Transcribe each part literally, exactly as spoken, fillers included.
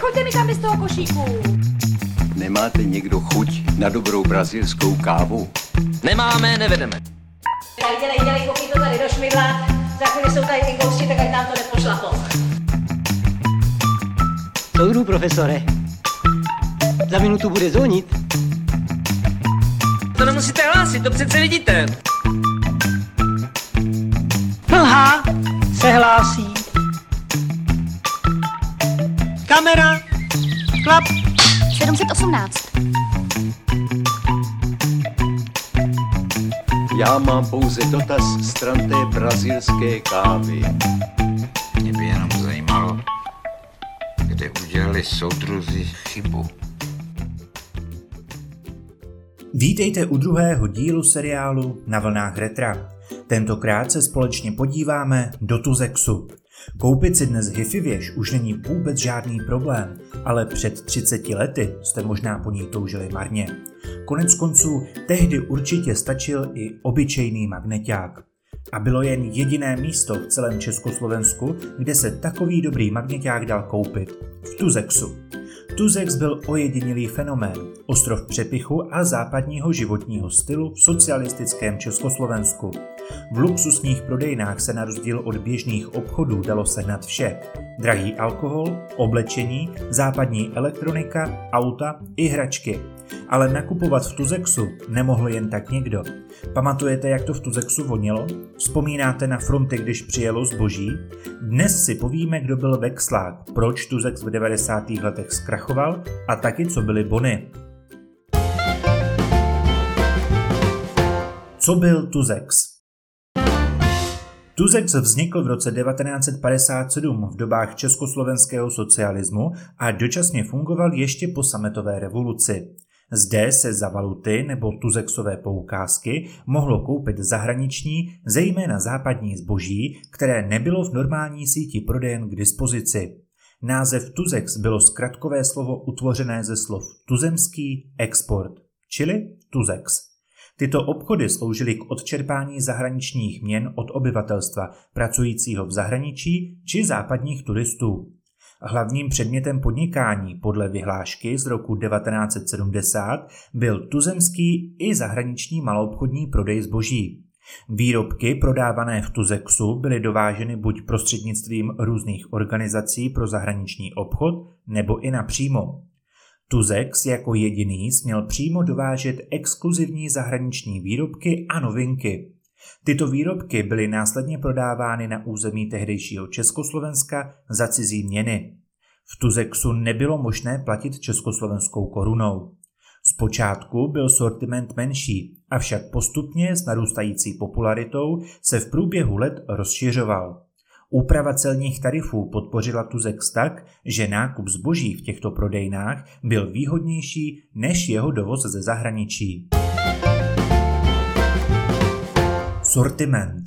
Nechoďte mi tam z toho košíku. Nemáte někdo chuť na dobrou brazilskou kávu? Nemáme, nevedeme. Tak dělej, dělej, koukni to tady do šmidla. Za chvíli jsou tady ty gosti, tak ať nám to nepošlapou. Soudru, profesore. Za minutu bude zvonit. To nemusíte hlásit, to přece vidíte. Mlha se hlásí. Kamera. Klap. sedm set osmnáct. Já mám pouze dotaz stran té brazilské kávy. Mě by jenom zajímalo, kde udělali soudruzi chybu. Vítejte u druhého dílu seriálu Na vlnách retra. Tentokrát se společně podíváme do Tuzexu. Koupit si dnes hifi věž už není vůbec žádný problém, ale před třiceti lety jste možná po ní toužili marně. Konec konců tehdy určitě stačil i obyčejný magneťák. A bylo jen jediné místo v celém Československu, kde se takový dobrý magneťák dal koupit. V Tuzexu. Tuzex byl ojedinělý fenomén, ostrov přepichu a západního životního stylu v socialistickém Československu. V luxusních prodejnách se na rozdíl od běžných obchodů dalo sehnat vše. Drahý alkohol, oblečení, západní elektronika, auta i hračky. Ale nakupovat v Tuzexu nemohl jen tak někdo. Pamatujete, jak to v Tuzexu vonilo? Vzpomínáte na fronty, když přijelo zboží? Dnes si povíme, kdo byl vexlák, proč Tuzex v devadesátých letech zkrachoval a taky, co byly bony. Co byl Tuzex? Tuzex vznikl v roce devatenáct set padesát sedm v dobách československého socialismu a dočasně fungoval ještě po sametové revoluci. Zde se za valuty nebo tuzexové poukázky mohlo koupit zahraniční, zejména západní zboží, které nebylo v normální síti prodejen k dispozici. Název Tuzex bylo zkratkové slovo utvořené ze slov tuzemský export, čili Tuzex. Tyto obchody sloužily k odčerpání zahraničních měn od obyvatelstva pracujícího v zahraničí či západních turistů. Hlavním předmětem podnikání podle vyhlášky z roku devatenáct set sedmdesát byl tuzemský i zahraniční maloobchodní prodej zboží. Výrobky prodávané v Tuzexu byly dováženy buď prostřednictvím různých organizací pro zahraniční obchod, nebo i napřímo. Tuzex jako jediný směl přímo dovážet exkluzivní zahraniční výrobky a novinky. Tyto výrobky byly následně prodávány na území tehdejšího Československa za cizí měny. V Tuzexu nebylo možné platit československou korunou. Zpočátku byl sortiment menší, avšak postupně s narůstající popularitou se v průběhu let rozšiřoval. Úprava celních tarifů podpořila Tuzex tak, že nákup zboží v těchto prodejnách byl výhodnější než jeho dovoz ze zahraničí. Sortiment.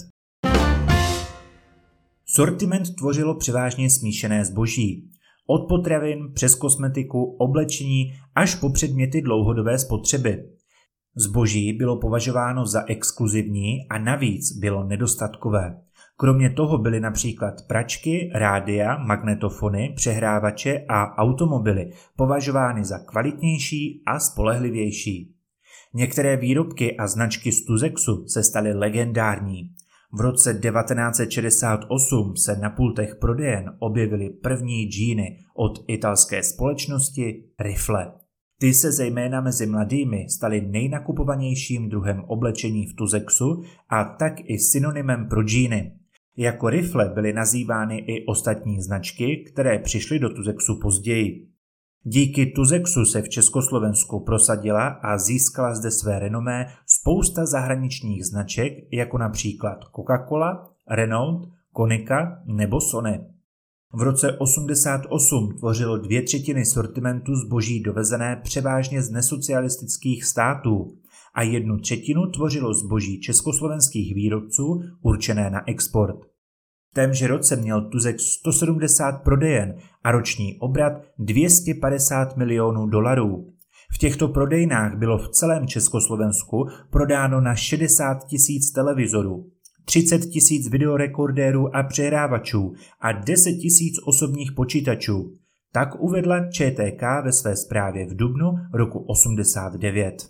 Sortiment tvořilo převážně smíšené zboží. Od potravin přes kosmetiku, oblečení až po předměty dlouhodobé spotřeby. Zboží bylo považováno za exkluzivní a navíc bylo nedostatkové. Kromě toho byly například pračky, rádia, magnetofony, přehrávače a automobily považovány za kvalitnější a spolehlivější. Některé výrobky a značky z Tuzexu se staly legendární. V roce devatenáct set šedesát osm se na pultech prodejen objevily první džíny od italské společnosti Rifle. Ty se zejména mezi mladými staly nejnakupovanějším druhem oblečení v Tuzexu a tak i synonymem pro džíny. Jako Rifle byly nazývány i ostatní značky, které přišly do Tuzexu později. Díky Tuzexu se v Československu prosadila a získala zde své renomé spousta zahraničních značek, jako například Coca-Cola, Renault, Konica nebo Sony. V roce osmdesát osm tvořilo dvě třetiny sortimentu zboží dovezené převážně z nesocialistických států a jednu třetinu tvořilo zboží československých výrobců určené na export. V témže roce měl Tuzex sto sedmdesát prodejen a roční obrat dvě stě padesát milionů dolarů. V těchto prodejnách bylo v celém Československu prodáno na šedesát tisíc televizorů, třicet tisíc videorekordérů a přehrávačů a deset tisíc osobních počítačů. Tak uvedla Č T K ve své zprávě v dubnu roku osmdesát devět.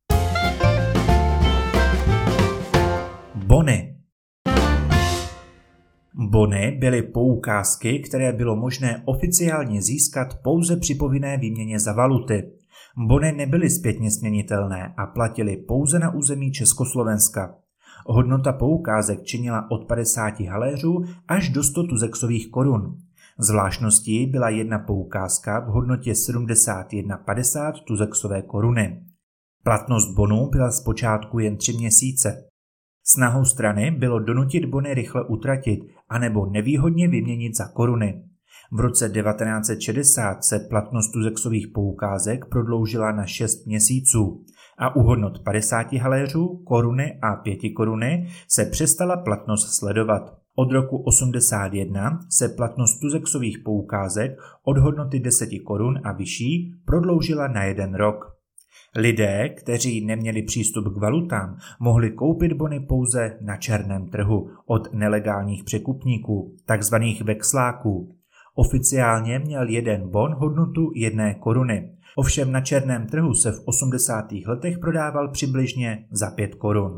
Bony. Bony byly poukázky, které bylo možné oficiálně získat pouze při povinné výměně za valuty. Bony nebyly zpětně směnitelné a platily pouze na území Československa. Hodnota poukázek činila od padesáti haléřů až do sto tuzexových korun. Zvláštností byla jedna poukázka v hodnotě sedmdesát jedna padesát tuzexové koruny. Platnost bonů byla zpočátku jen tři měsíce. Snahou strany bylo donutit bony rychle utratit anebo nevýhodně vyměnit za koruny. V roce devatenáct set šedesát se platnost tuzexových poukázek prodloužila na šest měsíců a u hodnot padesáti haléřů, koruny a pěti koruny se přestala platnost sledovat. Od roku osmdesát jedna se platnost tuzexových poukázek od hodnoty deseti korun a vyšší prodloužila na jeden rok. Lidé, kteří neměli přístup k valutám, mohli koupit bony pouze na černém trhu od nelegálních překupníků, takzvaných vexláků. Oficiálně měl jeden bon hodnotu jedné koruny, ovšem na černém trhu se v osmdesátých letech prodával přibližně za pět korun.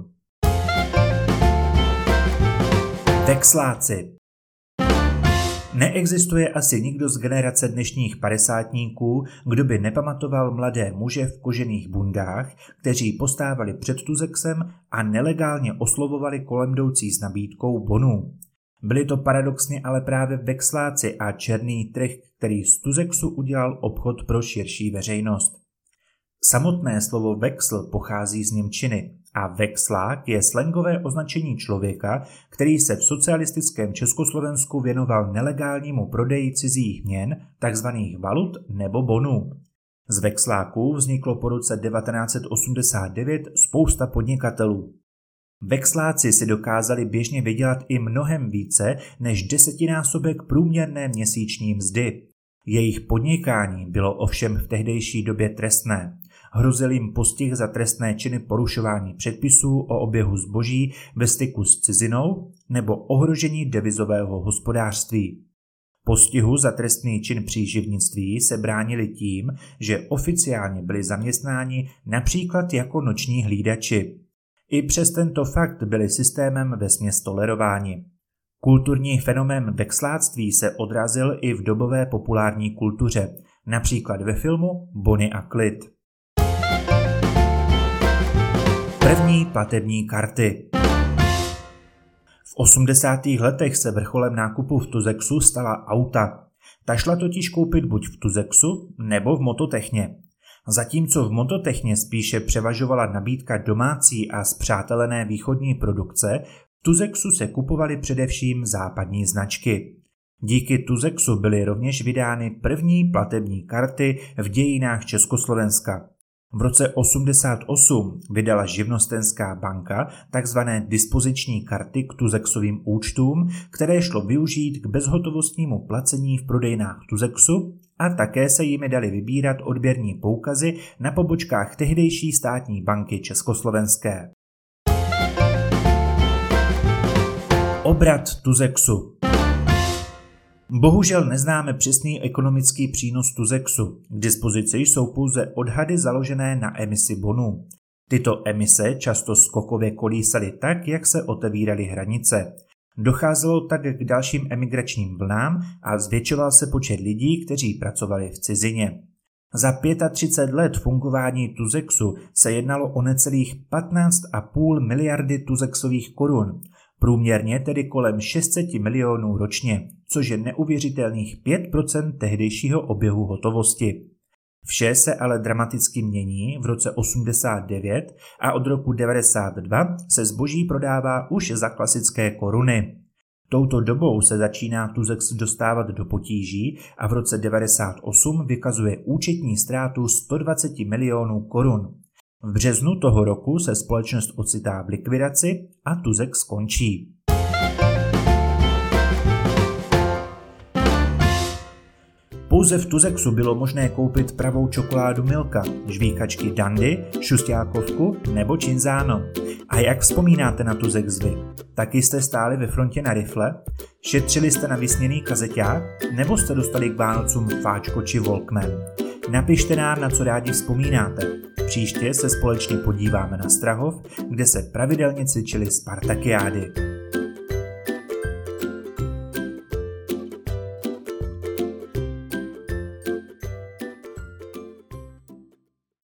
Vexláci. Neexistuje asi nikdo z generace dnešních padesátníků, kdo by nepamatoval mladé muže v kožených bundách, kteří postávali před tuzexem a nelegálně oslovovali kolem jdoucí s nabídkou bonů. Byli to paradoxně ale právě vexláci a černý trh, který z tuzexu udělal obchod pro širší veřejnost. Samotné slovo vexl pochází z němčiny a vexlák je slangové označení člověka, který se v socialistickém Československu věnoval nelegálnímu prodeji cizích měn, takzvaných valut nebo bonů. Z vexláků vzniklo po roce devatenáct set osmdesát devět spousta podnikatelů. Vexláci si dokázali běžně vydělat i mnohem více než desetinásobek průměrné měsíční mzdy. Jejich podnikání bylo ovšem v tehdejší době trestné. Hrozil jim postih za trestné činy porušování předpisů o oběhu zboží ve styku s cizinou nebo ohrožení devizového hospodářství. Postihu za trestný čin příživnictví se bránili tím, že oficiálně byli zaměstnáni například jako noční hlídači. I přes tento fakt byli systémem vesměs tolerováni. Kulturní fenomén vexláctví se odrazil i v dobové populární kultuře, například ve filmu Bonnie a Clyde. První platební karty. V osmdesátých letech se vrcholem nákupu v tuzexu stala auta. Ta šla totiž koupit buď v tuzexu nebo v Mototechně. Zatímco v Mototechně spíše převažovala nabídka domácí a spřátelené východní produkce, v tuzexu se kupovaly především západní značky. Díky tuzexu byly rovněž vydány první platební karty v dějinách Československa. V roce osmdesát osm vydala živnostenská banka takzvané dispoziční karty k tuzexovým účtům, které šlo využít k bezhotovostnímu placení v prodejnách tuzexu a také se jimi daly vybírat odběrní poukazy na pobočkách tehdejší státní banky československé. Obrat tuzexu. Bohužel neznáme přesný ekonomický přínos tuzexu. K dispozici jsou pouze odhady založené na emisi bonů. Tyto emise často skokově kolísaly tak, jak se otevíraly hranice. Docházelo tak k dalším emigračním vlnám a zvětšoval se počet lidí, kteří pracovali v cizině. Za třicet pět let fungování tuzexu se jednalo o necelých patnáct celá pět miliardy tuzexových korun. Průměrně tedy kolem šest set milionů ročně, což je neuvěřitelných pět procent tehdejšího oběhu hotovosti. Vše se ale dramaticky mění v roce osmdesát devět a od roku devadesát dva se zboží prodává už za klasické koruny. Touto dobou se začíná tuzex dostávat do potíží a v roce devadesát osm vykazuje účetní ztrátu sto dvacet milionů korun. V březnu toho roku se společnost ocitá v likvidaci a tuzex skončí. Pouze v Tuzexu bylo možné koupit pravou čokoládu Milka, žvíkačky Dandy, šustiákovku nebo Cinzano. A jak vzpomínáte na Tuzex vy? Taky jste stáli ve frontě na rifle? Šetřili jste na vysněný kazeťák? Nebo jste dostali k Vánocům fáčko či Walkman? Napište nám, na co rádi vzpomínáte. Příště se společně podíváme na Strahov, kde se pravidelně cvičily Spartakiády.